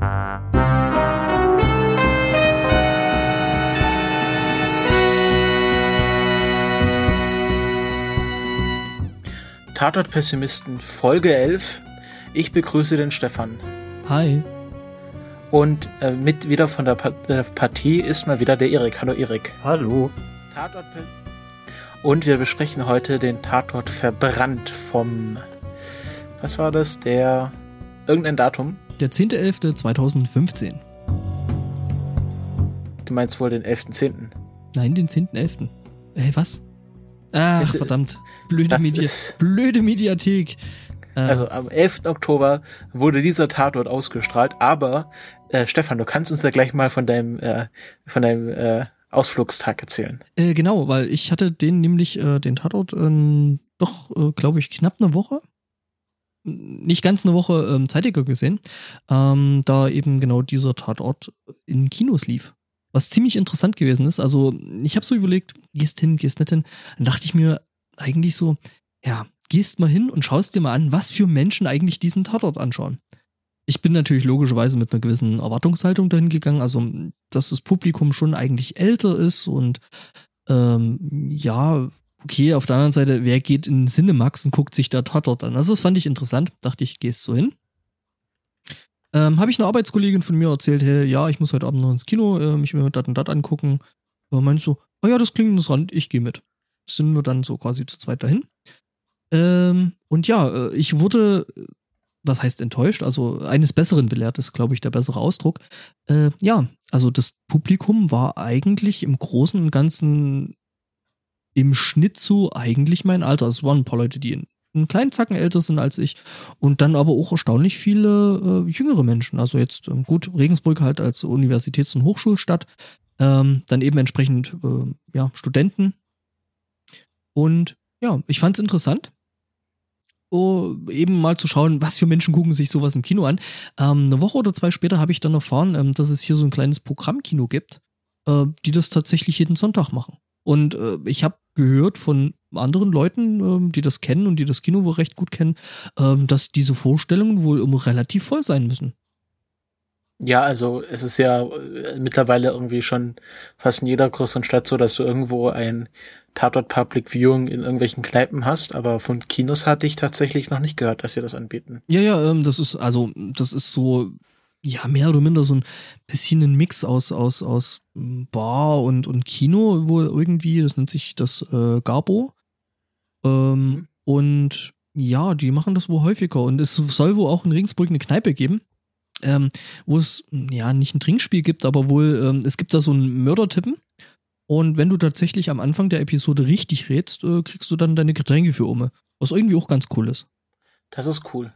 Tatort-Pessimisten Folge 11. Ich begrüße den Stefan. Hi. Und mit wieder von der Partie ist mal wieder der Erik. Hallo Erik. Hallo. Und wir besprechen heute den Tatort Verbrannt vom, was war das, irgendein Datum? Der 10.11.2015. Du meinst wohl den 11.10.? Nein, den 10.11. Was? Ach, verdammt. Blöde Mediathek. Also am 11. Oktober wurde dieser Tatort ausgestrahlt, aber Stefan, du kannst uns ja gleich mal von deinem Ausflugstag erzählen. Genau, weil ich hatte den Tatort glaube ich, knapp eine Woche, nicht ganz eine Woche zeitiger gesehen, da eben genau dieser Tatort in Kinos lief. Was ziemlich interessant gewesen ist. Also ich habe so überlegt, gehst hin, gehst nicht hin. Dann dachte ich mir eigentlich so, ja, gehst mal hin und schaust dir mal an, was für Menschen eigentlich diesen Tatort anschauen. Ich bin natürlich logischerweise mit einer gewissen Erwartungshaltung dahin gegangen, also dass das Publikum schon eigentlich älter ist und ja, okay, auf der anderen Seite, wer geht in den Cinemax und guckt sich da Tatort an? Also das fand ich interessant, dachte ich, gehst so hin. Habe ich einer Arbeitskollegin von mir erzählt, hey, ja, ich muss heute Abend noch ins Kino, mich mir das und das angucken. Meinte so, oh ja, das klingt interessant, ich gehe mit. Sind wir dann so quasi zu zweit dahin. Und ja, ich wurde, was heißt enttäuscht, also eines Besseren belehrt, ist, glaube ich, der bessere Ausdruck. Ja, also das Publikum war eigentlich im Großen und Ganzen im Schnitt so eigentlich mein Alter. Es waren ein paar Leute, die einen kleinen Zacken älter sind als ich und dann aber auch erstaunlich viele jüngere Menschen. Also jetzt gut, Regensburg halt als Universitäts- und Hochschulstadt, dann eben entsprechend Studenten. Und ja, ich fand es interessant, eben mal zu schauen, was für Menschen gucken sich sowas im Kino an. Eine Woche oder zwei später habe ich dann erfahren, dass es hier so ein kleines Programmkino gibt, die das tatsächlich jeden Sonntag machen. Und ich habe gehört von anderen Leuten, die das kennen und die das Kino wohl recht gut kennen, dass diese Vorstellungen wohl immer relativ voll sein müssen. Ja, also es ist ja mittlerweile irgendwie schon fast in jeder größeren Stadt so, dass du irgendwo ein Tatort Public Viewing in irgendwelchen Kneipen hast, aber von Kinos hatte ich tatsächlich noch nicht gehört, dass sie das anbieten. Ja, das ist so, ja, mehr oder minder so ein bisschen ein Mix aus Bar und Kino, wohl irgendwie, das nennt sich das Garbo. Und ja, die machen das wohl häufiger und es soll wohl auch in Regensburg eine Kneipe geben, wo es ja nicht ein Trinkspiel gibt, aber wohl, es gibt da so einen Mördertippen und wenn du tatsächlich am Anfang der Episode richtig rätst, kriegst du dann deine Getränke für Umme, was irgendwie auch ganz cool ist. Das ist cool.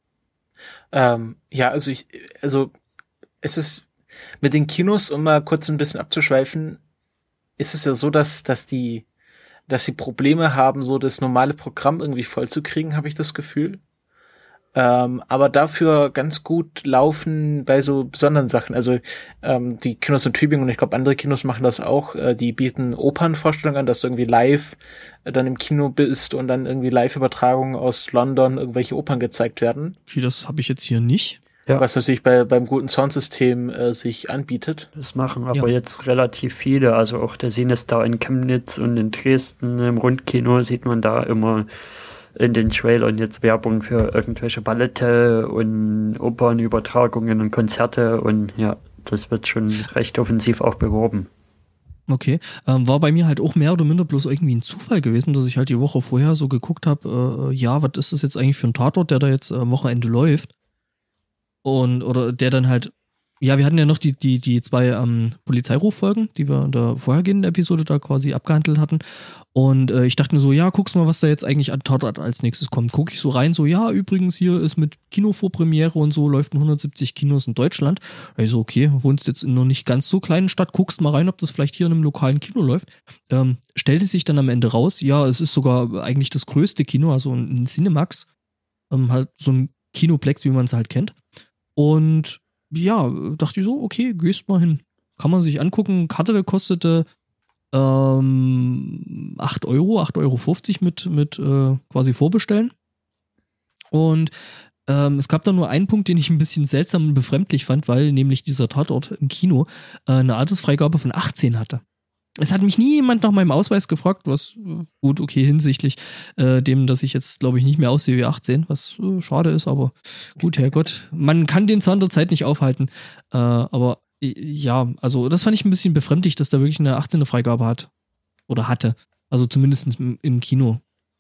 Ja, also es ist mit den Kinos, um mal kurz ein bisschen abzuschweifen, ist es ja so, dass sie Probleme haben, so das normale Programm irgendwie voll zu kriegen, habe ich das Gefühl. Aber dafür ganz gut laufen bei so besonderen Sachen. Also die Kinos in Tübingen und ich glaube andere Kinos machen das auch. Die bieten Opernvorstellungen an, dass du irgendwie live dann im Kino bist und dann irgendwie Live-Übertragungen aus London irgendwelche Opern gezeigt werden. Okay, das habe ich jetzt hier nicht. Ja. Was natürlich beim guten Soundsystem sich anbietet. Das machen aber jetzt relativ viele. Also auch der Cinestar in Chemnitz und in Dresden im Rundkino sieht man da immer in den Trailern jetzt Werbung für irgendwelche Ballette und Opernübertragungen und Konzerte und ja, das wird schon recht offensiv auch beworben. Okay, war bei mir halt auch mehr oder minder bloß irgendwie ein Zufall gewesen, dass ich halt die Woche vorher so geguckt habe, ja, was ist das jetzt eigentlich für ein Tatort, der da jetzt am Wochenende läuft? Oder der dann halt, ja, wir hatten ja noch die zwei Polizeiruffolgen, die wir in der vorhergehenden Episode da quasi abgehandelt hatten. Und ich dachte mir so, ja, guck's mal, was da jetzt eigentlich an Tatort als nächstes kommt. Guck ich so rein, so, ja, übrigens hier ist mit Kinovorpremiere und so, läuft in 170 Kinos in Deutschland. Ich so, okay, wohnst jetzt in einer nicht ganz so kleinen Stadt, guckst mal rein, ob das vielleicht hier in einem lokalen Kino läuft. Stellte sich dann am Ende raus, ja, es ist sogar eigentlich das größte Kino, also ein Cinemax. Halt so ein Kinoplex, wie man es halt kennt. Und ja, dachte ich so, okay, gehst mal hin. Kann man sich angucken. Karte, der kostete 8 Euro, 8,50 € mit quasi vorbestellen. Und Es gab da nur einen Punkt, den ich ein bisschen seltsam und befremdlich fand, weil nämlich dieser Tatort im Kino eine Altersfreigabe von 18 hatte. Es hat mich nie jemand nach meinem Ausweis gefragt, was gut, okay, hinsichtlich dem, dass ich jetzt, glaube ich, nicht mehr aussehe wie 18, was schade ist, aber gut, Herrgott. Man kann den Zahn der Zeit nicht aufhalten. Aber ja, also das fand ich ein bisschen befremdlich, dass da wirklich eine 18er Freigabe hat. Oder hatte. Also zumindest im Kino.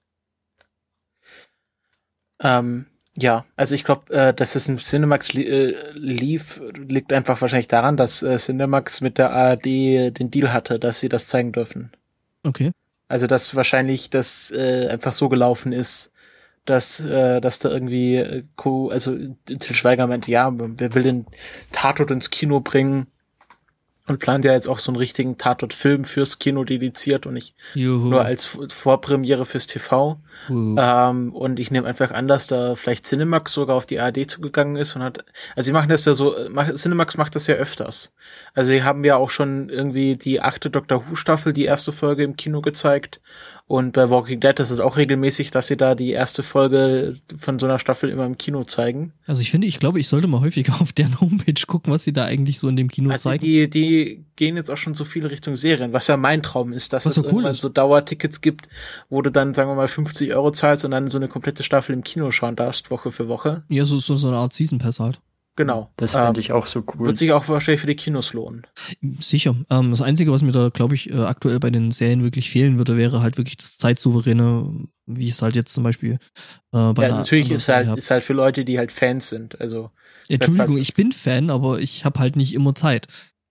Ja, also ich glaube, dass es im Cinemax lief, liegt einfach wahrscheinlich daran, dass Cinemax mit der ARD den Deal hatte, dass sie das zeigen dürfen. Okay. Also dass wahrscheinlich das einfach so gelaufen ist, dass da irgendwie also Til Schweiger meinte, ja, wer will den Tatort ins Kino bringen und plant ja jetzt auch so einen richtigen Tatort-Film fürs Kino dediziert und nicht nur als Vorpremiere fürs TV. Und ich nehme einfach an, dass da vielleicht Cinemax sogar auf die ARD zugegangen ist und hat, also sie machen das ja so, Cinemax macht das ja öfters. Also sie haben ja auch schon irgendwie die 8. Doctor Who Staffel, die erste Folge im Kino gezeigt. Und bei Walking Dead ist es auch regelmäßig, dass sie da die erste Folge von so einer Staffel immer im Kino zeigen. Also ich glaube, ich sollte mal häufiger auf deren Homepage gucken, was sie da eigentlich so in dem Kino zeigen. Die gehen jetzt auch schon so viel Richtung Serien, was ja mein Traum ist, dass es so cool irgendwann ist. so Dauertickets gibt, wo du dann, sagen wir mal, 50 € zahlst und dann so eine komplette Staffel im Kino schauen darfst, Woche für Woche. Ja, so eine Art Season Pass halt. Genau. Das finde ich auch so cool. Wird sich auch wahrscheinlich für die Kinos lohnen. Sicher. Das Einzige, was mir da, glaube ich, aktuell bei den Serien wirklich fehlen würde, wäre halt wirklich das Zeitsouveräne, wie es halt jetzt zum Beispiel bei ja, natürlich ist halt für Leute, die halt Fans sind. Also Entschuldigung, ich bin Fan, aber ich habe halt nicht immer Zeit.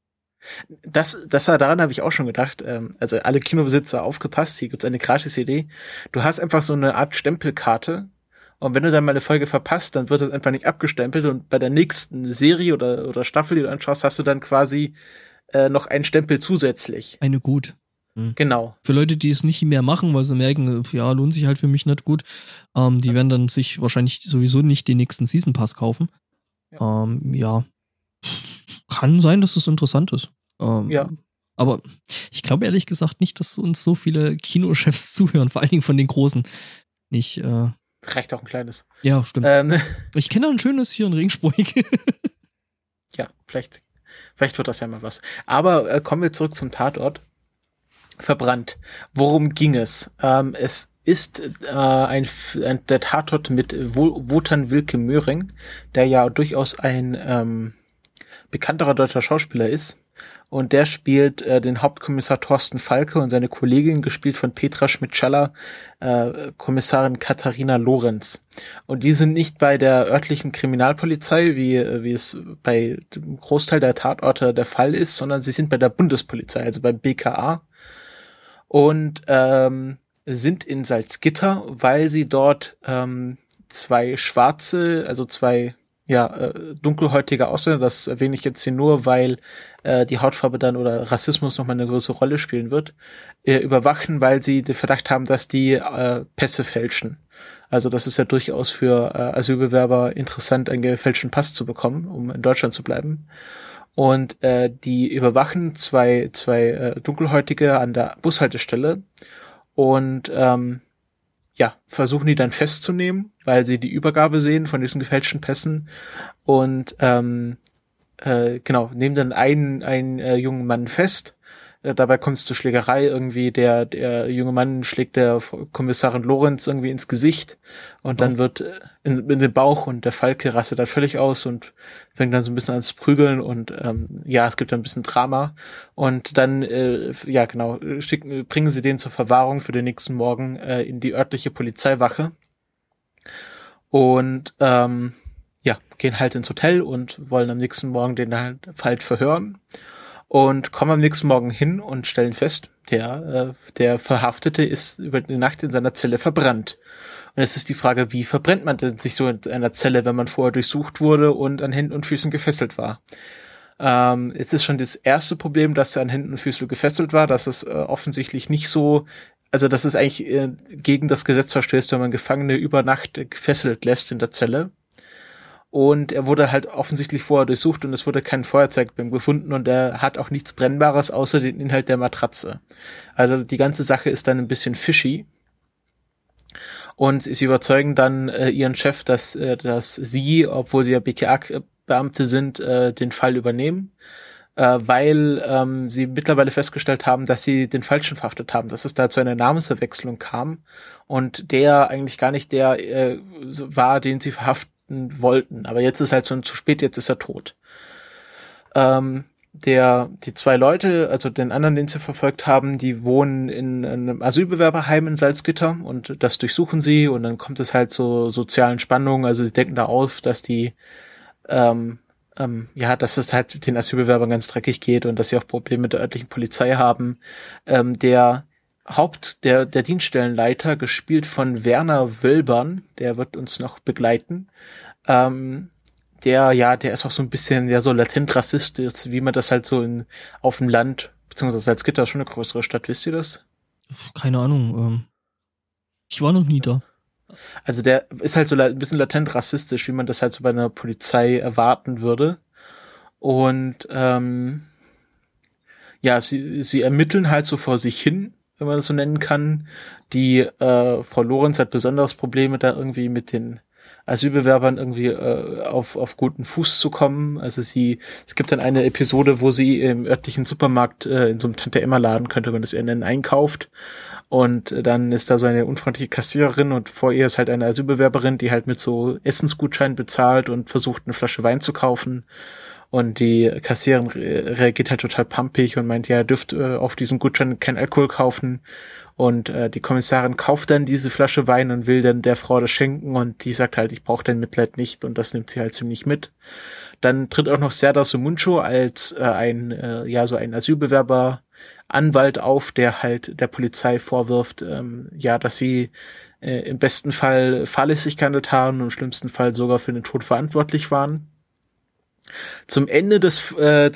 Daran habe ich auch schon gedacht. Also alle Kinobesitzer, aufgepasst, hier gibt's eine Gratis-Idee. Du hast einfach so eine Art Stempelkarte. Und wenn du dann mal eine Folge verpasst, dann wird das einfach nicht abgestempelt und bei der nächsten Serie oder Staffel, die du anschaust, hast du dann quasi noch einen Stempel zusätzlich. Eine gut. Genau. Für Leute, die es nicht mehr machen, weil sie merken, ja, lohnt sich halt für mich nicht gut, die werden dann sich wahrscheinlich sowieso nicht den nächsten Season Pass kaufen. Ja. Kann sein, dass es interessant ist. Ja. Aber ich glaube ehrlich gesagt nicht, dass uns so viele Kinochefs zuhören, vor allen Dingen von den Großen. Nicht, reicht auch ein kleines. Ja, stimmt. Ich kenne ein schönes hier in Ringsburg. Ja, vielleicht wird das ja mal was. Aber kommen wir zurück zum Tatort. Verbrannt. Worum ging es? Es ist der Tatort mit Wotan Wilke Möhring, der ja durchaus ein bekannterer deutscher Schauspieler ist. Und der spielt den Hauptkommissar Thorsten Falke und seine Kollegin, gespielt von Petra Schmidt-Schaller, Kommissarin Katharina Lorenz. Und die sind nicht bei der örtlichen Kriminalpolizei, wie es bei dem Großteil der Tatorte der Fall ist, sondern sie sind bei der Bundespolizei, also beim BKA. Und sind in Salzgitter, weil sie dort zwei Schwarze, also zwei dunkelhäutige Ausländer, das erwähne ich jetzt hier nur, weil die Hautfarbe dann oder Rassismus nochmal eine größere Rolle spielen wird, überwachen, weil sie den Verdacht haben, dass die Pässe fälschen. Also das ist ja durchaus für Asylbewerber interessant, einen gefälschten Pass zu bekommen, um in Deutschland zu bleiben. Und die überwachen zwei Dunkelhäutige an der Bushaltestelle und versuchen die dann festzunehmen, weil sie die Übergabe sehen von diesen gefälschten Pässen und nehmen dann einen jungen Mann fest. Dabei kommt es zur Schlägerei irgendwie, der junge Mann schlägt der Kommissarin Lorenz irgendwie ins Gesicht und dann wird in den Bauch und der Falke rastet dann völlig aus und fängt dann so ein bisschen an zu prügeln und es gibt dann ein bisschen Drama und dann bringen sie den zur Verwahrung für den nächsten Morgen in die örtliche Polizeiwache und gehen halt ins Hotel und wollen am nächsten Morgen den halt verhören. Und kommen am nächsten Morgen hin und stellen fest, der Verhaftete ist über die Nacht in seiner Zelle verbrannt. Und es ist die Frage, wie verbrennt man denn sich so in einer Zelle, wenn man vorher durchsucht wurde und an Händen und Füßen gefesselt war? Jetzt ist schon das erste Problem, dass er an Händen und Füßen gefesselt war, dass es offensichtlich nicht so, also dass es eigentlich gegen das Gesetz verstößt, wenn man Gefangene über Nacht gefesselt lässt in der Zelle. Und er wurde halt offensichtlich vorher durchsucht und es wurde kein Feuerzeug beim gefunden und er hat auch nichts Brennbares außer den Inhalt der Matratze. Also die ganze Sache ist dann ein bisschen fishy. Und sie überzeugen dann ihren Chef, dass sie, obwohl sie ja BKA-Beamte sind, den Fall übernehmen, weil sie mittlerweile festgestellt haben, dass sie den Falschen verhaftet haben, dass es da zu einer Namensverwechslung kam und der eigentlich gar nicht der war, den sie verhaften wollten. Aber jetzt ist halt schon zu spät, jetzt ist er tot. Die zwei Leute, also den anderen, den sie verfolgt haben, die wohnen in einem Asylbewerberheim in Salzgitter und das durchsuchen sie und dann kommt es halt zu sozialen Spannungen, also sie decken da auf, dass die dass es halt den Asylbewerbern ganz dreckig geht und dass sie auch Probleme mit der örtlichen Polizei haben. Der Dienststellenleiter, gespielt von Werner Wölbern, der wird uns noch begleiten, der ist auch so ein bisschen so latent rassistisch, wie man das halt so auf dem Land, beziehungsweise Salzgitter ist schon eine größere Stadt, wisst ihr das? Keine Ahnung. Ich war noch nie da. Also der ist halt so ein bisschen latent rassistisch, wie man das halt so bei einer Polizei erwarten würde. Und sie ermitteln halt so vor sich hin, wenn man das so nennen kann. Die Frau Lorenz hat besonders Probleme, da irgendwie mit den Asylbewerbern irgendwie auf guten Fuß zu kommen. Also es gibt dann eine Episode, wo sie im örtlichen Supermarkt in so einem Tante-Emma-Laden, könnte man das eher nennen, einkauft. Und dann ist da so eine unfreundliche Kassiererin und vor ihr ist halt eine Asylbewerberin, die halt mit so Essensgutschein bezahlt und versucht, eine Flasche Wein zu kaufen. Und die Kassiererin reagiert halt total pampig und meint, ja, ihr dürft auf diesen Gutschein kein Alkohol kaufen. Und die Kommissarin kauft dann diese Flasche Wein und will dann der Frau das schenken und die sagt halt, ich brauche dein Mitleid nicht und das nimmt sie halt ziemlich mit. Dann tritt auch noch Serdar Somuncu als ein Asylbewerber-Anwalt auf, der halt der Polizei vorwirft, dass sie im besten Fall fahrlässig gehandelt haben und im schlimmsten Fall sogar für den Tod verantwortlich waren. Zum Ende des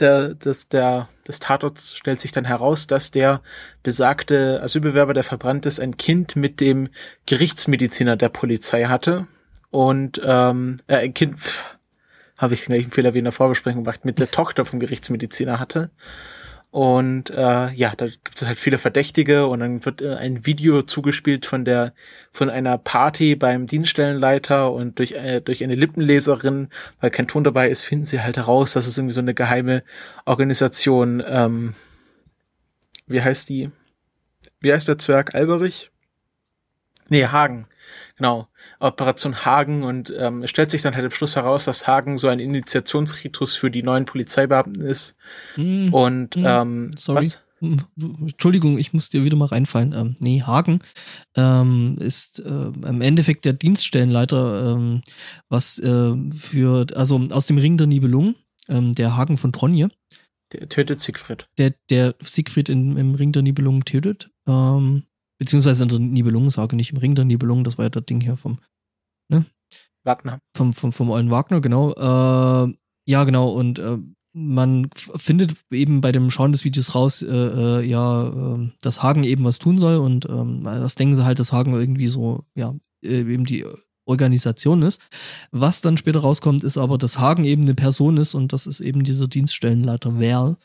Tatorts stellt sich dann heraus, dass der besagte Asylbewerber, der verbrannt ist, ein Kind mit dem Gerichtsmediziner der Polizei hatte und ein Kind, habe ich gleich einen Fehler wie in der Vorbesprechung gemacht, mit der Tochter vom Gerichtsmediziner hatte. Und da gibt es halt viele Verdächtige und dann wird ein Video zugespielt von einer Party beim Dienststellenleiter und durch eine Lippenleserin, weil kein Ton dabei ist, finden sie halt heraus, dass es irgendwie so eine geheime Organisation, wie heißt die? Wie heißt der Zwerg? Alberich? Nee, Hagen. Genau, Operation Hagen und es stellt sich dann halt am Schluss heraus, dass Hagen so ein Initiationsritus für die neuen Polizeibeamten ist. Sorry. Was? Entschuldigung, ich muss dir wieder mal reinfallen. Hagen ist im Endeffekt der Dienststellenleiter, was also aus dem Ring der Nibelungen, der Hagen von Tronje. Der tötet Siegfried. Der Siegfried im Ring der Nibelungen tötet. Beziehungsweise in der Nibelungensage, nicht im Ring der Nibelungen, das war ja das Ding hier vom Wagner. Vom alten Wagner, genau. Genau, und man findet eben bei dem Schauen des Videos raus, dass Hagen eben was tun soll und das denken sie halt, dass Hagen irgendwie so, eben die Organisation ist. Was dann später rauskommt, ist aber, dass Hagen eben eine Person ist und das ist eben dieser Dienststellenleiter Werl.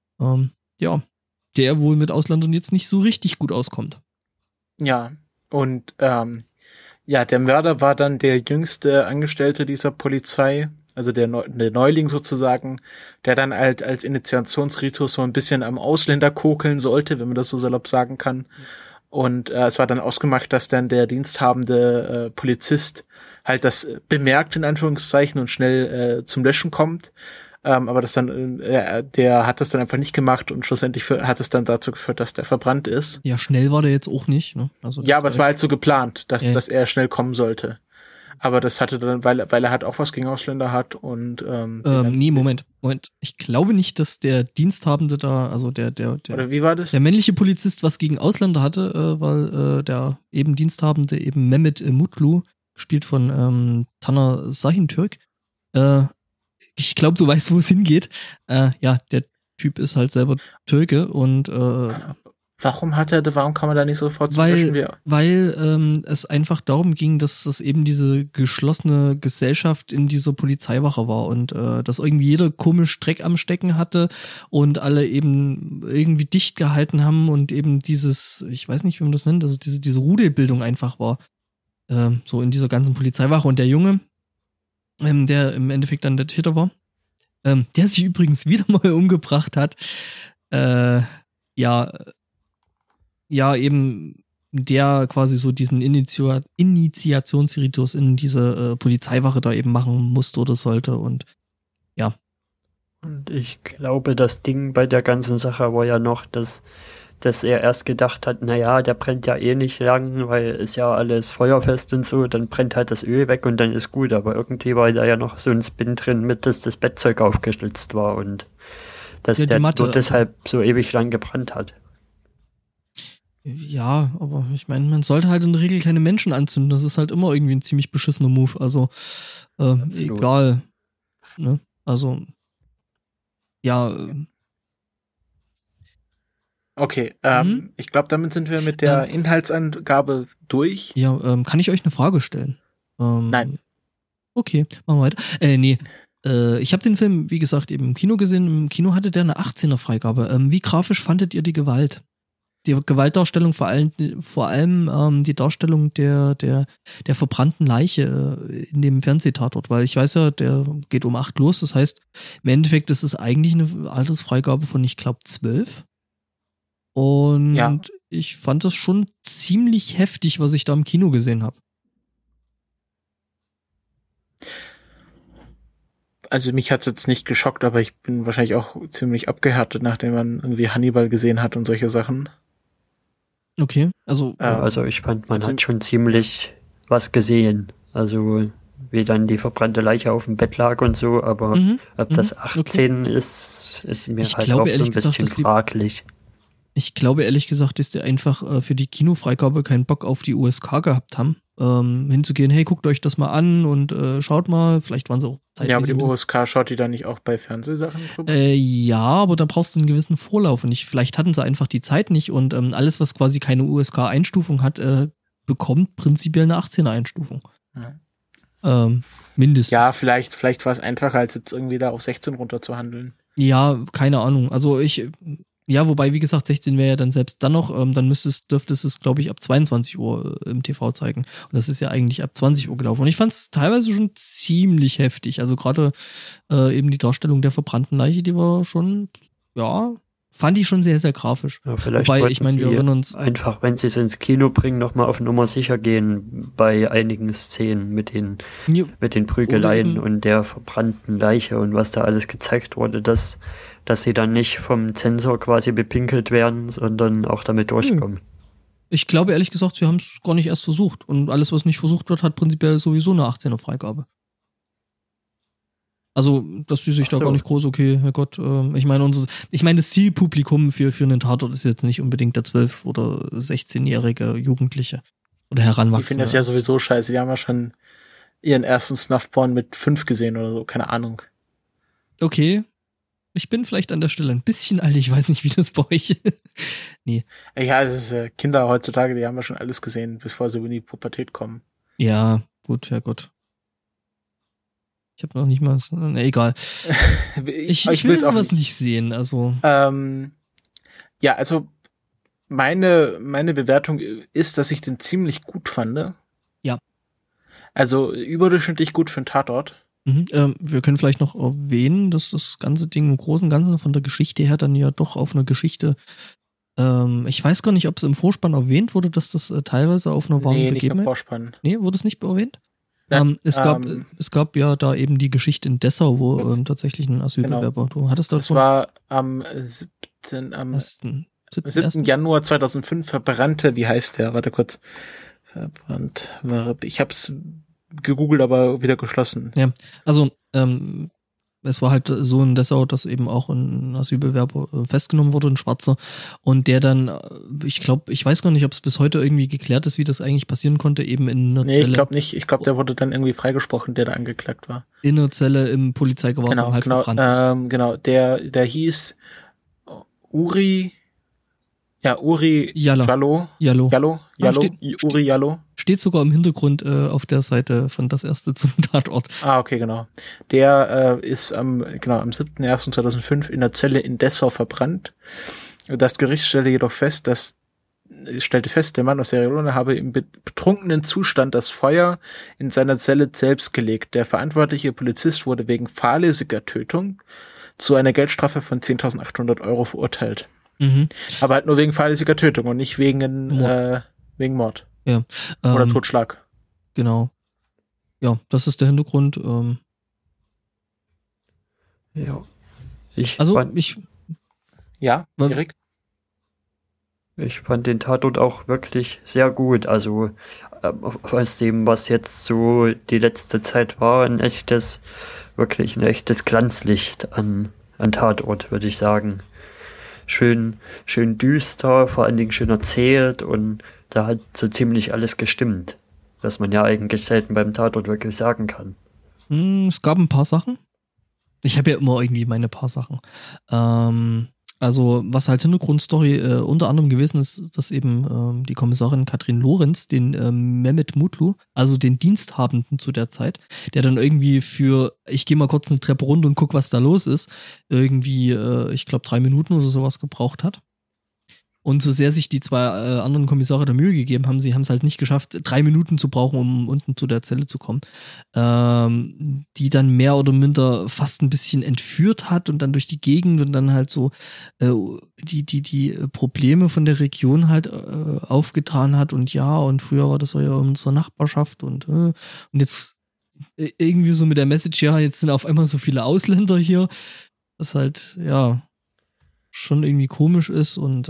Der wohl mit Ausländern jetzt nicht so richtig gut auskommt. Ja, und der Mörder war dann der jüngste Angestellte dieser Polizei, also der Neuling sozusagen, der dann halt als Initiationsritus so ein bisschen am Ausländer kokeln sollte, wenn man das so salopp sagen kann. Und es war dann ausgemacht, dass dann der diensthabende Polizist halt das bemerkt, in Anführungszeichen, und schnell zum Löschen kommt. Aber das dann, der hat das dann einfach nicht gemacht und schlussendlich hat es dann dazu geführt, dass der verbrannt ist. Ja, schnell war der jetzt auch nicht, ne? Also ja, aber es war halt so geplant, dass er schnell kommen sollte. Aber das hatte dann, weil er halt auch was gegen Ausländer hat und Moment. Ich glaube nicht, dass der Diensthabende da, also der oder wie war das? Der männliche Polizist was gegen Ausländer hatte, weil der eben Diensthabende eben Mehmet Mutlu, gespielt von Taner Sahintürk, ich glaube, du weißt, wo es hingeht. Der Typ ist halt selber Türke und warum kann man da nicht sofort weil es einfach darum ging, dass es eben diese geschlossene Gesellschaft in dieser Polizeiwache war und dass irgendwie jeder komisch Dreck am Stecken hatte und alle eben irgendwie dicht gehalten haben und eben dieses, ich weiß nicht, wie man das nennt, also diese Rudelbildung einfach war. so in dieser ganzen Polizeiwache. Und der Junge, der im Endeffekt dann der Täter war, der sich übrigens wieder mal umgebracht hat, eben der quasi so diesen Initiationsritus in diese Polizeiwache da eben machen musste oder sollte und ja. Und ich glaube, das Ding bei der ganzen Sache war ja noch, dass er erst gedacht hat, naja, der brennt ja eh nicht lang, weil ist ja alles feuerfest und so, dann brennt halt das Öl weg und dann ist gut, aber irgendwie war da ja noch so ein Spin drin mit, dass das Bettzeug aufgeschlitzt war und dass der nur deshalb so ewig lang gebrannt hat. Ja, aber ich meine, man sollte halt in der Regel keine Menschen anzünden. Das ist halt immer irgendwie ein ziemlich beschissener Move. Also, egal. Ne? Also, ja. Okay, ich glaube, damit sind wir mit der Inhaltsangabe durch. Ja, kann ich euch eine Frage stellen? Nein. Okay, machen wir weiter. Nee. Ich habe den Film, wie gesagt, eben im Kino gesehen. Im Kino hatte der eine 18er-Freigabe. Wie grafisch fandet ihr die Gewalt? Die Gewaltdarstellung, vor allem die Darstellung der verbrannten Leiche in dem Fernsehtatort, weil ich weiß ja, der geht um 8 los, das heißt, im Endeffekt ist es eigentlich eine Altersfreigabe von, ich glaube, 12. Und ich fand das schon ziemlich heftig, was ich da im Kino gesehen habe. Also mich hat es jetzt nicht geschockt, aber ich bin wahrscheinlich auch ziemlich abgehärtet, nachdem man irgendwie Hannibal gesehen hat und solche Sachen. Okay, also ich fand, man hat schon ziemlich was gesehen. Also wie dann die verbrannte Leiche auf dem Bett lag und so, aber ob das 18 ist mir ich halt glaube, auch so ein bisschen fraglich. Ich glaube ehrlich gesagt, dass die einfach für die Kinofreigabe keinen Bock auf die USK gehabt haben, hinzugehen, hey, guckt euch das mal an und schaut mal, vielleicht waren sie auch zeitlich. Ja, aber die USK schaut die da nicht auch bei Fernsehsachen drüber? Ja, aber da brauchst du einen gewissen Vorlauf und vielleicht hatten sie einfach die Zeit nicht und alles, was quasi keine USK-Einstufung hat, bekommt prinzipiell eine 18er-Einstufung. Ja. Mindestens. Ja, vielleicht war es einfacher, als jetzt irgendwie da auf 16 runter zu handeln. Ja, keine Ahnung. Also ja, wobei, wie gesagt, 16 wäre ja dann selbst dann noch, dann dürftest es, glaube ich, ab 22 Uhr im TV zeigen. Und das ist ja eigentlich ab 20 Uhr gelaufen. Und ich fand es teilweise schon ziemlich heftig. Also gerade eben die Darstellung der verbrannten Leiche, die war schon, fand ich schon sehr, sehr grafisch. Ja, vielleicht wobei, ich meine, wir erinnern uns einfach, wenn sie es ins Kino bringen, nochmal auf Nummer sicher gehen bei einigen Szenen mit den Prügeleien und der verbrannten Leiche und was da alles gezeigt wurde, dass sie dann nicht vom Zensor quasi bepinkelt werden, sondern auch damit durchkommen. Ich glaube, ehrlich gesagt, sie haben es gar nicht erst versucht. Und alles, was nicht versucht wird, hat prinzipiell sowieso eine 18er Freigabe. Also, dass die sich da gar nicht groß, okay, Herrgott, ich meine, das Zielpublikum für einen Tatort ist jetzt nicht unbedingt der 12- oder 16-jährige Jugendliche oder Heranwachsende. Ich finde das ja sowieso scheiße. Die haben ja schon ihren ersten Snuff-Porn mit 5 gesehen oder so, keine Ahnung. Okay. Ich bin vielleicht an der Stelle ein bisschen alt, ich weiß nicht, wie das bei euch ist. Nee. Ja, es ist Kinder heutzutage, die haben ja schon alles gesehen, bevor sie in die Pubertät kommen. Ja, gut, Herrgott. Ich habe noch nicht mal, egal. Ich will sowas nicht sehen, also. Ja, also meine Bewertung ist, dass ich den ziemlich gut fand. Ja. Also überdurchschnittlich gut für einen Tatort. Wir können vielleicht noch erwähnen, dass das ganze Ding im Großen und Ganzen von der Geschichte her dann ja doch auf eine Geschichte, ich weiß gar nicht, ob es im Vorspann erwähnt wurde, dass das teilweise auf einer wahren Begebenheit... Nee, nicht im Vorspann. Nee, wurde es nicht erwähnt? Es gab ja da eben die Geschichte in Dessau, wo tatsächlich ein Asylbewerber, du hattest da schon... Das war am 7. Januar 2005 verbrannte, wie heißt der? Warte kurz. Verbrannt. Ich hab's gegoogelt, aber wieder geschlossen. Ja, also es war halt so in Dessau, dass eben auch ein Asylbewerber festgenommen wurde, ein Schwarzer, und der dann, ich weiß gar nicht, ob es bis heute irgendwie geklärt ist, wie das eigentlich passieren konnte, eben in einer Zelle. Nee, ich glaube nicht. Ich glaube, der wurde dann irgendwie freigesprochen, der da angeklagt war. In einer Zelle im Polizeigewahrsam verbrannt ist. Genau, der hieß Uri Jallo. Uri Jallo. Steht sogar im Hintergrund auf der Seite von Das Erste zum Tatort. Ah, okay, genau. Der ist am 7.1.2005 in der Zelle in Dessau verbrannt. Das Gericht stellte jedoch fest, dass stellte fest, der Mann aus Sierra Leone habe im betrunkenen Zustand das Feuer in seiner Zelle selbst gelegt. Der verantwortliche Polizist wurde wegen fahrlässiger Tötung zu einer Geldstrafe von 10.800 € verurteilt. Mhm. Aber halt nur wegen fahrlässiger Tötung und nicht wegen Mord. Ja. Oder Totschlag. Genau. Ja, das ist der Hintergrund. Ja. Erik? Ich fand den Tatort auch wirklich sehr gut. Also aus dem, was jetzt so die letzte Zeit war, wirklich ein echtes Glanzlicht an Tatort, würde ich sagen. Schön düster, vor allen Dingen schön erzählt und da hat so ziemlich alles gestimmt, was man ja eigentlich selten beim Tatort wirklich sagen kann. Es gab ein paar Sachen. Ich habe ja immer irgendwie meine paar Sachen. Also was halt Hintergrundstory unter anderem gewesen ist, dass eben die Kommissarin Katrin Lorenz den Mehmet Mutlu, also den Diensthabenden zu der Zeit, der dann irgendwie ich gehe mal kurz eine Treppe runter und guck, was da los ist, irgendwie, ich glaube 3 Minuten oder sowas gebraucht hat. Und so sehr sich die zwei anderen Kommissare da Mühe gegeben haben, sie haben es halt nicht geschafft, 3 Minuten zu brauchen, um unten zu der Zelle zu kommen, die dann mehr oder minder fast ein bisschen entführt hat und dann durch die Gegend und dann halt so die Probleme von der Region halt aufgetan hat und früher war das ja unsere Nachbarschaft und jetzt irgendwie so mit der Message, jetzt sind auf einmal so viele Ausländer hier, was halt, schon irgendwie komisch ist und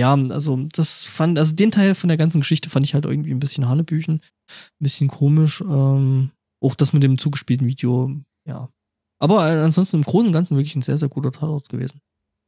also den Teil von der ganzen Geschichte fand ich halt irgendwie ein bisschen hanebüchen, ein bisschen komisch, auch das mit dem zugespielten Video, ja. Aber ansonsten im Großen und Ganzen wirklich ein sehr, sehr guter Tatort gewesen.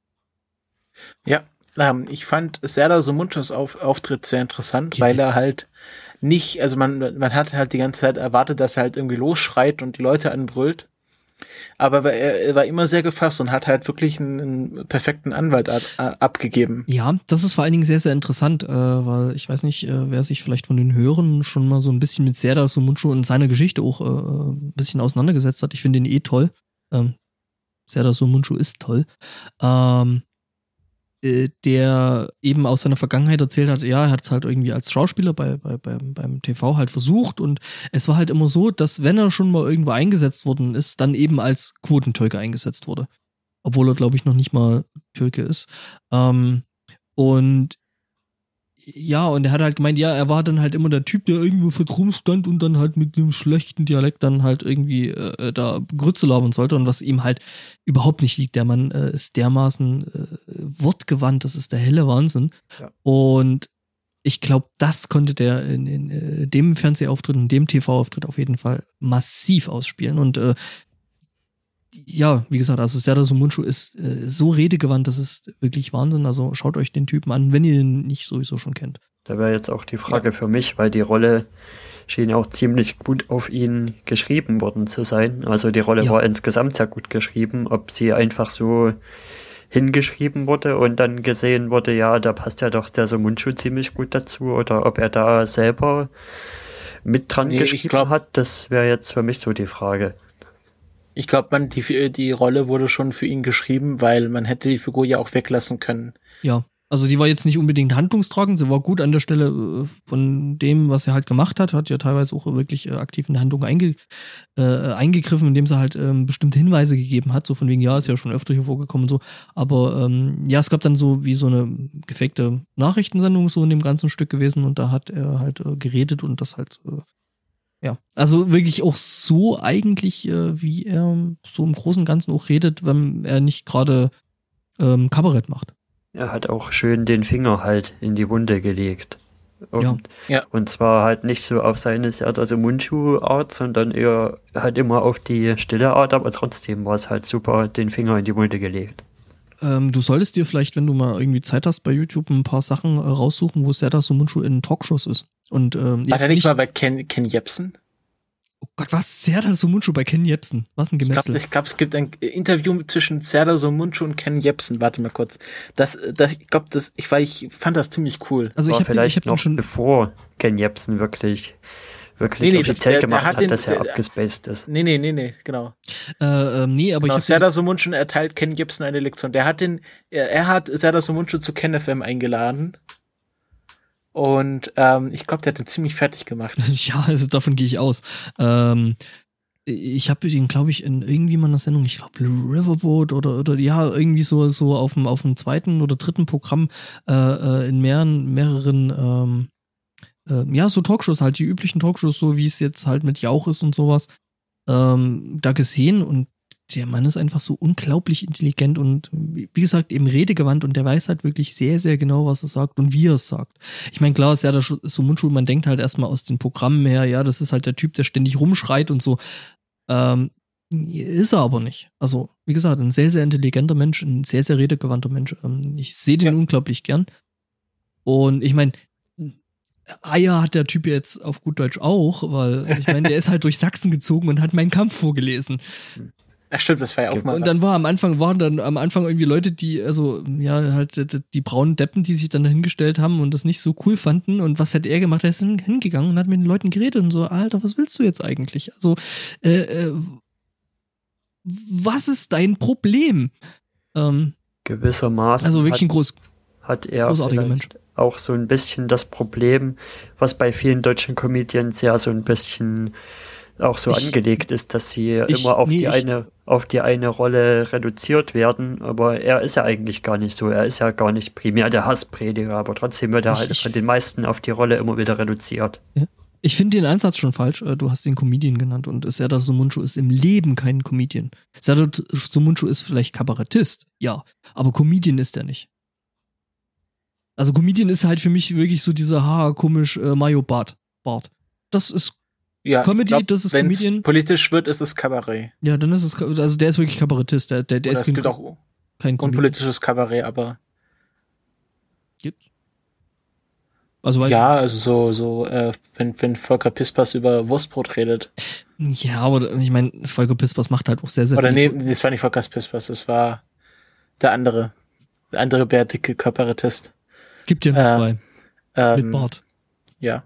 Ja, ich fand Serdar Somuncu's Auftritt sehr interessant, weil er halt nicht, also man hat halt die ganze Zeit erwartet, dass er halt irgendwie losschreit und die Leute anbrüllt. Aber er war immer sehr gefasst und hat halt wirklich einen perfekten Anwalt abgegeben. Ja, das ist vor allen Dingen sehr, sehr interessant, weil ich weiß nicht, wer sich vielleicht von den Hörern schon mal so ein bisschen mit Serdar Somuncu und seiner Geschichte auch ein bisschen auseinandergesetzt hat. Ich finde ihn toll. Serdar Somuncu ist toll. Der eben aus seiner Vergangenheit erzählt hat, er hat es halt irgendwie als Schauspieler beim TV halt versucht und es war halt immer so, dass wenn er schon mal irgendwo eingesetzt worden ist, dann eben als Quotentürke eingesetzt wurde. Obwohl er, glaube ich, noch nicht mal Türke ist. Und er hat halt gemeint, er war dann halt immer der Typ, der irgendwo vor drum stand und dann halt mit einem schlechten Dialekt dann halt irgendwie da Grütze labern sollte und was ihm halt überhaupt nicht liegt. Der Mann ist dermaßen wortgewandt, das ist der helle Wahnsinn. Ja. Und ich glaube, das konnte der in dem Fernsehauftritt, in dem TV-Auftritt auf jeden Fall massiv ausspielen und wie gesagt, also Serdar Somuncu ist so redegewandt, das ist wirklich Wahnsinn. Also schaut euch den Typen an, wenn ihr ihn nicht sowieso schon kennt. Da wäre jetzt auch die Frage für mich, weil die Rolle schien ja auch ziemlich gut auf ihn geschrieben worden zu sein. Also die Rolle war insgesamt sehr gut geschrieben, ob sie einfach so hingeschrieben wurde und dann gesehen wurde, da passt ja doch der Somuncu ziemlich gut dazu oder ob er da selber mit dran geschrieben hat, das wäre jetzt für mich so die Frage. Ich glaube, die Rolle wurde schon für ihn geschrieben, weil man hätte die Figur ja auch weglassen können. Ja, also die war jetzt nicht unbedingt handlungstragend, sie war gut an der Stelle von dem, was er halt gemacht hat ja teilweise auch wirklich aktiv in der Handlung eingegriffen, indem sie halt bestimmte Hinweise gegeben hat, so von wegen, ist ja schon öfter hier vorgekommen und so, aber es gab dann so wie so eine gefakte Nachrichtensendung so in dem ganzen Stück gewesen und da hat er halt geredet und das halt also wirklich auch so eigentlich, wie er so im Großen und Ganzen auch redet, wenn er nicht gerade Kabarett macht. Er hat auch schön den Finger halt in die Wunde gelegt. Und zwar halt nicht so auf seine Serdar Somuncu-Art, sondern eher halt immer auf die stille Art, aber trotzdem war es halt super, den Finger in die Wunde gelegt. Du solltest dir vielleicht, wenn du mal irgendwie Zeit hast, bei YouTube ein paar Sachen raussuchen, wo Serdar Somuncu in Talkshows ist. Und, war der nicht mal bei Ken Jebsen? Oh Gott, was? Serdar Somuncu bei Ken Jebsen? Was ein Gemetzel. Ich glaube, es gibt ein Interview zwischen Serdar Somuncu und Ken Jebsen. Warte mal kurz. Ich fand das ziemlich cool. Also ich habe noch schon bevor Ken Jebsen wirklich offiziell gemacht hat, dass er abgespaced ist. Nee, genau. Aber genau, Serdar Somuncu erteilt Ken Jebsen eine Lektion. Er hat Serdar Somuncu zu Ken FM eingeladen. Und ich glaube, der hat den ziemlich fertig gemacht. Ja, also davon gehe ich aus. Ich habe ihn, glaube ich, in irgendwie mal einer Sendung, ich glaube Riverboat oder ja, irgendwie so auf dem zweiten oder dritten Programm in mehreren ja, so Talkshows halt, die üblichen Talkshows, so wie es jetzt halt mit Jauch ist und sowas, da gesehen, und der Mann ist einfach so unglaublich intelligent und wie gesagt eben redegewandt, und der weiß halt wirklich sehr, sehr genau, was er sagt und wie er es sagt. Ich meine, klar ist ja der Sumunchu, man denkt halt erstmal aus den Programmen her, ja, das ist halt der Typ, der ständig rumschreit und so. Ist er aber nicht. Also, wie gesagt, ein sehr, sehr intelligenter Mensch, ein sehr, sehr redegewandter Mensch. Ich sehe den unglaublich gern. Und ich meine, Eier hat der Typ jetzt auf gut Deutsch auch, weil ich meine, der ist halt durch Sachsen gezogen und hat meinen Kampf vorgelesen. Ach stimmt, das war ja auch mal. Und dann waren am Anfang irgendwie Leute, die, also, ja, halt die braunen Deppen, die sich dann dahingestellt haben und das nicht so cool fanden. Und was hat er gemacht? Er ist hingegangen und hat mit den Leuten geredet und so, Alter, was willst du jetzt eigentlich? Also, was ist dein Problem? Gewissermaßen. Also wirklich hat er großartiger Mensch. Auch so ein bisschen das Problem, was bei vielen deutschen Comedians ja so ein bisschen auch so angelegt ist, dass sie immer auf die eine Rolle reduziert werden, aber er ist ja eigentlich gar nicht so. Er ist ja gar nicht primär der Hassprediger, aber trotzdem wird er halt von den meisten auf die Rolle immer wieder reduziert. Ja. Ich finde den Ansatz schon falsch. Du hast ihn Comedian genannt, und Serdar Sumuncu ist im Leben kein Comedian. Serdar Sumuncu ist vielleicht Kabarettist, ja, aber Comedian ist er nicht. Also Comedian ist halt für mich wirklich so dieser komisch Mayo-Bart. Das ist ja, Comedy, das ist Comedian. Wenn es politisch wird, ist es Kabarett. Ja, dann ist es, also der ist wirklich Kabarettist. Der ist es gibt auch kein unpolitisches Kabarett, aber gibt's? Also ja, also wenn Volker Pispers über Wurstbrot redet. Ja, aber ich meine, Volker Pispers macht halt auch sehr, sehr viel. Oder nee, gut. das war nicht Volker Pispers, das war der andere bärtige Kabarettist. Gibt ja nur zwei. Mit Bart. Ja.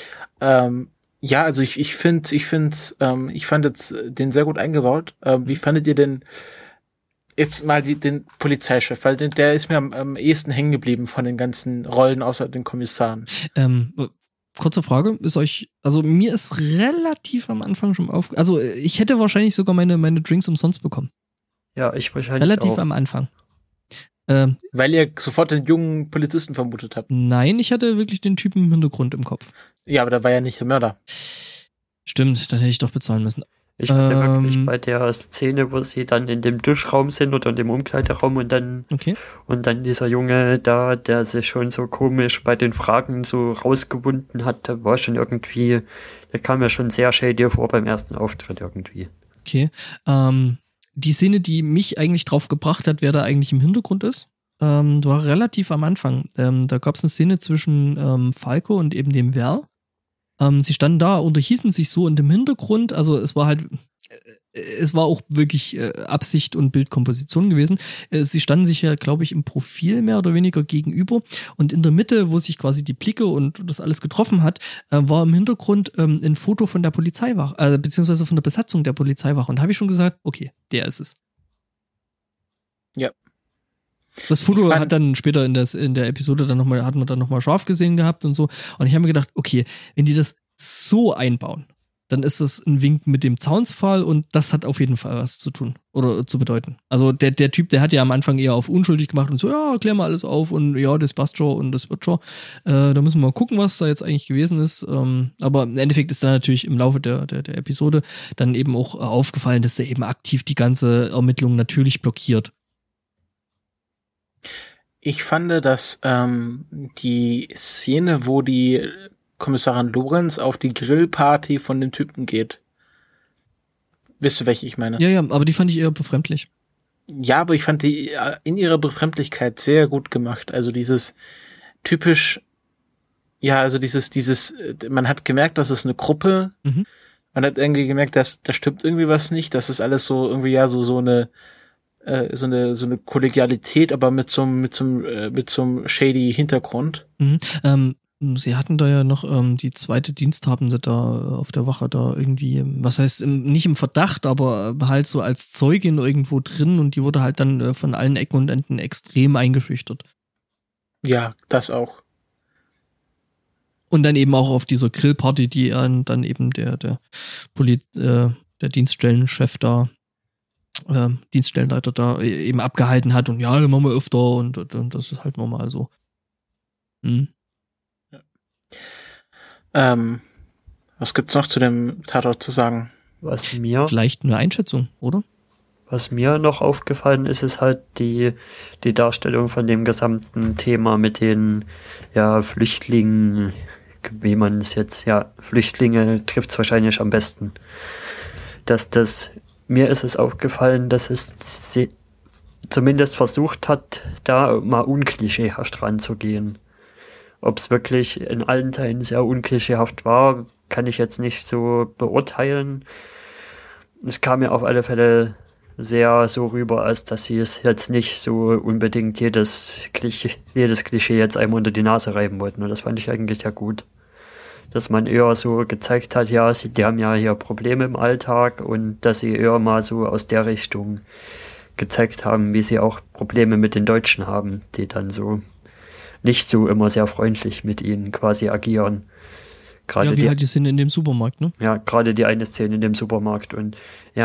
Ja, also ich fand jetzt den sehr gut eingebaut. Wie fandet ihr denn jetzt mal den Polizeichef? Weil der ist mir am ehesten hängen geblieben von den ganzen Rollen außer den Kommissaren. Kurze Frage, also mir ist relativ am Anfang schon also ich hätte wahrscheinlich sogar meine Drinks umsonst bekommen. Ja, ich wahrscheinlich relativ auch. Am Anfang. Weil ihr sofort den jungen Polizisten vermutet habt. Nein, ich hatte wirklich den Typen im Hintergrund im Kopf. Ja, aber da war ja nicht der Mörder. Stimmt, dann hätte ich doch bezahlen müssen. Ich bin wirklich bei der Szene, wo sie dann in dem Duschraum sind oder in dem Umkleideraum und dann dieser Junge da, der sich schon so komisch bei den Fragen so rausgewunden hat, der war schon irgendwie, der kam mir schon sehr shady vor beim ersten Auftritt irgendwie. Okay, die Szene, die mich eigentlich drauf gebracht hat, wer da eigentlich im Hintergrund ist, war relativ am Anfang. Da gab es eine Szene zwischen Falco und eben dem Werl. Sie standen da, unterhielten sich so in dem Hintergrund, also es war auch wirklich Absicht und Bildkomposition gewesen. Sie standen sich ja, glaube ich, im Profil mehr oder weniger gegenüber, und in der Mitte, wo sich quasi die Blicke und das alles getroffen hat, war im Hintergrund ein Foto von der Polizeiwache, beziehungsweise von der Besatzung der Polizeiwache, und da habe ich schon gesagt, okay, der ist es. Ja. Das Foto hat dann später in der Episode hat man dann nochmal scharf gesehen gehabt und so. Und ich habe mir gedacht, okay, wenn die das so einbauen, dann ist das ein Wink mit dem Zaunsfall, und das hat auf jeden Fall was zu tun oder zu bedeuten. Also der Typ, der hat ja am Anfang eher auf unschuldig gemacht und so, ja, klär mal alles auf und ja, das passt schon und das wird schon. Da müssen wir mal gucken, was da jetzt eigentlich gewesen ist. Aber im Endeffekt ist dann natürlich im Laufe der Episode dann eben auch aufgefallen, dass der eben aktiv die ganze Ermittlung natürlich blockiert. Ich fand, dass die Szene, wo die Kommissarin Lorenz auf die Grillparty von dem Typen geht. Wisst ihr, welche ich meine? Ja, aber die fand ich eher befremdlich. Ja, aber ich fand die in ihrer Befremdlichkeit sehr gut gemacht. Also dieses typisch, ja, also dieses, man hat gemerkt, das ist eine Gruppe. Mhm. Man hat irgendwie gemerkt, dass da stimmt irgendwie was nicht. Das ist alles so irgendwie ja so eine Kollegialität, aber mit so einem shady Hintergrund. Mhm. Sie hatten da ja noch die zweite Diensthabende da auf der Wache da irgendwie, was heißt, nicht im Verdacht, aber halt so als Zeugin irgendwo drin, und die wurde halt dann von allen Ecken und Enden extrem eingeschüchtert. Ja, das auch. Und dann eben auch auf dieser Grillparty, die dann eben der Dienststellenchef da, Dienststellenleiter da eben abgehalten hat und ja, das machen wir öfter und das ist halt normal so. Was gibt's noch zu dem Tatort zu sagen? Vielleicht eine Einschätzung, oder? Was mir noch aufgefallen ist, ist halt die Darstellung von dem gesamten Thema mit den Flüchtlingen, wie man es jetzt, Flüchtlinge trifft es wahrscheinlich am besten. Mir ist es aufgefallen, dass es zumindest versucht hat, da mal unklischeehaft ranzugehen. Ob es wirklich in allen Teilen sehr unklischeehaft war, kann ich jetzt nicht so beurteilen. Es kam mir auf alle Fälle sehr so rüber, als dass sie es jetzt nicht so unbedingt jedes Klischee jetzt einmal unter die Nase reiben wollten. Und das fand ich eigentlich ja gut. Dass man eher so gezeigt hat, die haben ja hier Probleme im Alltag und dass sie eher mal so aus der Richtung gezeigt haben, wie sie auch Probleme mit den Deutschen haben, die dann so nicht so immer sehr freundlich mit ihnen quasi agieren. Gerade wie halt die sind in dem Supermarkt, ne? Ja, gerade die eine Szene in dem Supermarkt. Und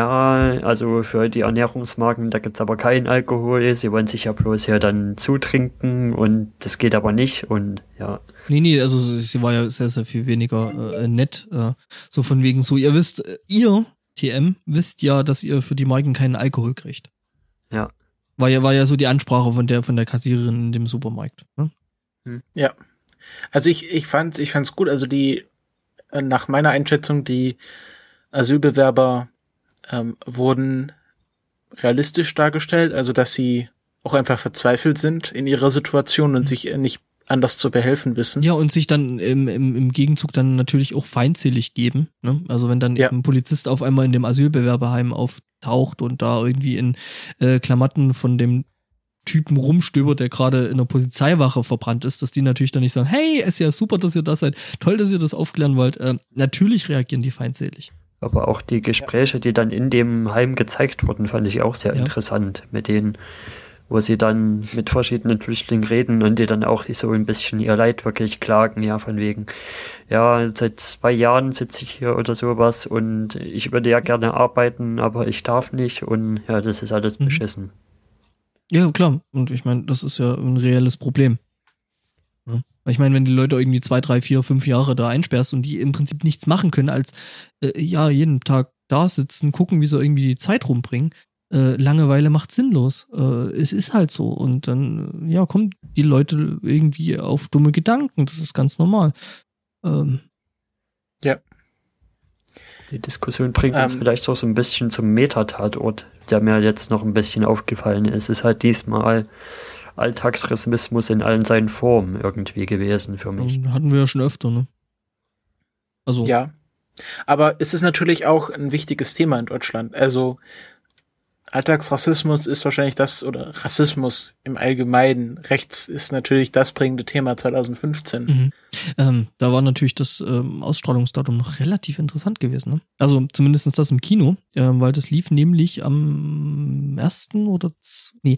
also für die Ernährungsmarken, da gibt's aber keinen Alkohol. Sie wollen sich ja bloß hier dann zutrinken und das geht aber nicht. Und ja. Nee, also sie war ja sehr, sehr viel weniger nett. So von wegen so, ihr wisst, ihr, TM, wisst ja, dass ihr für die Marken keinen Alkohol kriegt. Ja. War ja so die Ansprache von der Kassiererin in dem Supermarkt. Ne? Ja. Also ich fand's gut. Also nach meiner Einschätzung, die Asylbewerber wurden realistisch dargestellt, also dass sie auch einfach verzweifelt sind in ihrer Situation und sich nicht anders zu behelfen wissen. Ja, und sich dann im Gegenzug dann natürlich auch feindselig geben. Ne? Also wenn dann eben ein Polizist auf einmal in dem Asylbewerberheim auftaucht und da irgendwie in Klamotten von dem Typen rumstöbert, der gerade in einer Polizeiwache verbrannt ist, dass die natürlich dann nicht sagen, hey, ist ja super, dass ihr das seid, toll, dass ihr das aufklären wollt. Natürlich reagieren die feindselig. Aber auch die Gespräche, die dann in dem Heim gezeigt wurden, fand ich auch sehr interessant, mit denen, wo sie dann mit verschiedenen Flüchtlingen reden und die dann auch so ein bisschen ihr Leid wirklich klagen, von wegen, seit 2 Jahren sitze ich hier oder sowas und ich würde ja gerne arbeiten, aber ich darf nicht und das ist alles beschissen. Ja, klar. Und ich meine, das ist ja ein reelles Problem. Ja. Ich meine, wenn die Leute irgendwie 2, 3, 4, 5 Jahre da einsperrst und die im Prinzip nichts machen können, als jeden Tag da sitzen, gucken, wie sie irgendwie die Zeit rumbringen, Langeweile macht sinnlos. Es ist halt so. Und dann, kommen die Leute irgendwie auf dumme Gedanken. Das ist ganz normal. Ja. Die Diskussion bringt uns vielleicht auch so ein bisschen zum Metatatort, der mir jetzt noch ein bisschen aufgefallen ist. Es ist halt diesmal Alltagsrassismus in allen seinen Formen irgendwie gewesen für mich. Hatten wir ja schon öfter, ne? Also. Ja. Aber es ist natürlich auch ein wichtiges Thema in Deutschland. Also Alltagsrassismus ist wahrscheinlich oder Rassismus im Allgemeinen, rechts ist natürlich das prägende Thema 2015. Da war natürlich das Ausstrahlungsdatum noch relativ interessant gewesen. Ne? Also zumindest das im Kino, weil das lief nämlich am 1. oder 2.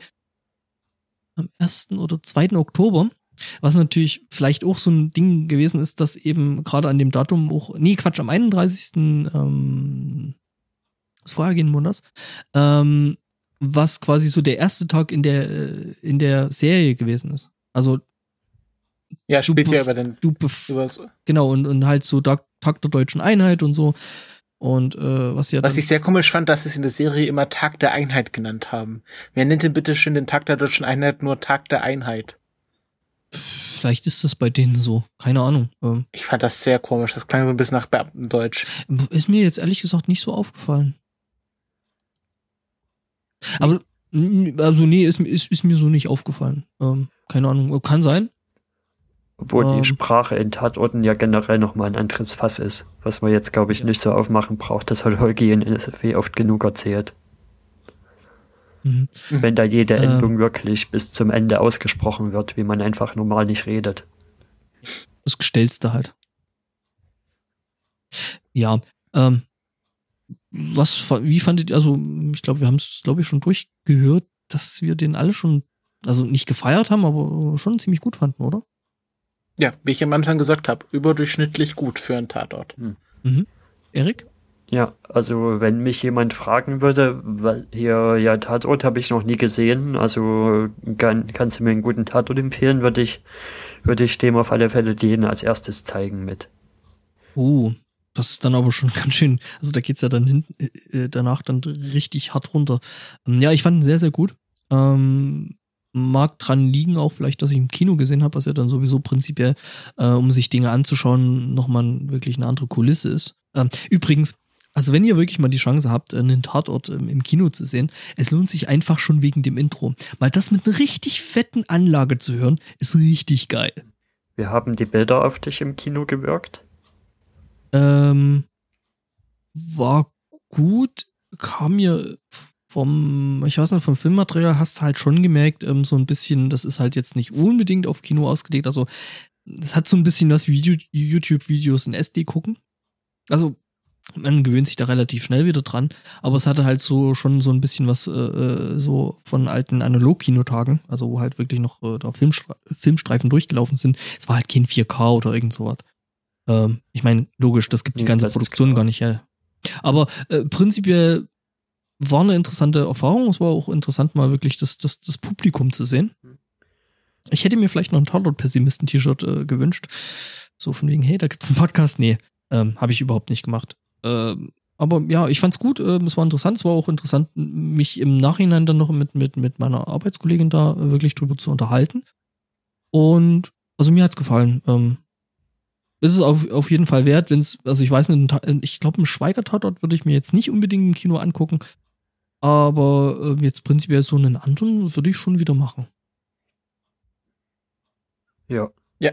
Oktober. Was natürlich vielleicht auch so ein Ding gewesen ist, dass eben gerade an dem Datum am 31. des vorhergehenden Monats, was quasi so der erste Tag in der Serie gewesen ist. Also spielt ja über den genau, und halt so Tag der deutschen Einheit und so. Und was ich sehr komisch fand, dass sie es in der Serie immer Tag der Einheit genannt haben. Wer nennt denn bitte schön den Tag der deutschen Einheit nur Tag der Einheit? Vielleicht ist das bei denen so. Keine Ahnung. Ich fand das sehr komisch. Das klang so ein bisschen nach Beamtendeutsch. Ist mir jetzt ehrlich gesagt nicht so aufgefallen. Aber, also nee, ist mir so nicht aufgefallen. Keine Ahnung, kann sein. Obwohl die Sprache in Tatorten ja generell nochmal ein anderes Fass ist, was man jetzt, glaube ich, nicht so aufmachen braucht. Das hat Holgi in SFW oft genug erzählt. Wenn da jede Endung wirklich bis zum Ende ausgesprochen wird, wie man einfach normal nicht redet. Das Gestellste halt. Ja, wie fandet ihr, also ich glaube, wir haben es, schon durchgehört, dass wir den alle schon, also nicht gefeiert haben, aber schon ziemlich gut fanden, oder? Ja, wie ich am Anfang gesagt habe, überdurchschnittlich gut für einen Tatort. Mhm. Erik? Ja, also wenn mich jemand fragen würde, ja, Tatort habe ich noch nie gesehen, also kannst du mir einen guten Tatort empfehlen, würde ich dem auf alle Fälle den als erstes zeigen mit. Das ist dann aber schon ganz schön, also da geht's ja dann danach dann richtig hart runter. Ja, ich fand ihn sehr, sehr gut. Mag dran liegen auch vielleicht, dass ich im Kino gesehen habe, was ja dann sowieso prinzipiell, um sich Dinge anzuschauen, nochmal wirklich eine andere Kulisse ist. Übrigens, also wenn ihr wirklich mal die Chance habt, einen Tatort im Kino zu sehen, es lohnt sich einfach schon wegen dem Intro. Weil das mit einer richtig fetten Anlage zu hören, ist richtig geil. Wir haben die Bilder auf dich im Kino gewirkt. War gut, kam mir vom Filmmaterial hast halt schon gemerkt, so ein bisschen, das ist halt jetzt nicht unbedingt auf Kino ausgelegt, also es hat so ein bisschen was wie YouTube-Videos in SD gucken. Also man gewöhnt sich da relativ schnell wieder dran, aber es hatte halt so schon so ein bisschen was so von alten Analog-Kinotagen, also wo halt wirklich noch da Filmstreifen durchgelaufen sind. Es war halt kein 4K oder irgend sowas. Ich meine, logisch, das gibt die ganze Produktion gar nicht her. Aber prinzipiell war eine interessante Erfahrung. Es war auch interessant, mal wirklich das Publikum zu sehen. Ich hätte mir vielleicht noch ein Tatort-Pessimisten-T-Shirt gewünscht. So von wegen, hey, da gibt's einen Podcast. Nee, habe ich überhaupt nicht gemacht. Aber ja, ich fand's gut. Es war interessant. Es war auch interessant, mich im Nachhinein dann noch mit meiner Arbeitskollegin da wirklich drüber zu unterhalten. Und also mir hat's gefallen. Ist es auf jeden Fall wert, also ich weiß nicht, ich glaube, einen Schweiger-Tatort würde ich mir jetzt nicht unbedingt im Kino angucken, aber jetzt prinzipiell so einen anderen würde ich schon wieder machen. Ja. Ja.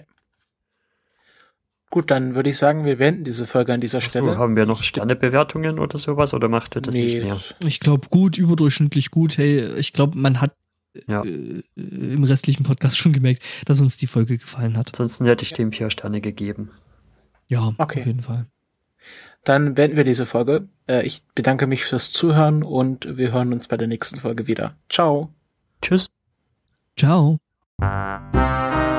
Gut, dann würde ich sagen, wir beenden diese Folge an dieser Stelle. Haben wir noch Sternebewertungen oder sowas, oder macht ihr das nicht mehr? Ich glaube, gut, überdurchschnittlich gut. Hey, ich glaube, man hat im restlichen Podcast schon gemerkt, dass uns die Folge gefallen hat. Ansonsten hätte ich dem 4 Sterne gegeben. Ja, okay. Auf jeden Fall. Dann beenden wir diese Folge. Ich bedanke mich fürs Zuhören und wir hören uns bei der nächsten Folge wieder. Ciao. Tschüss. Ciao.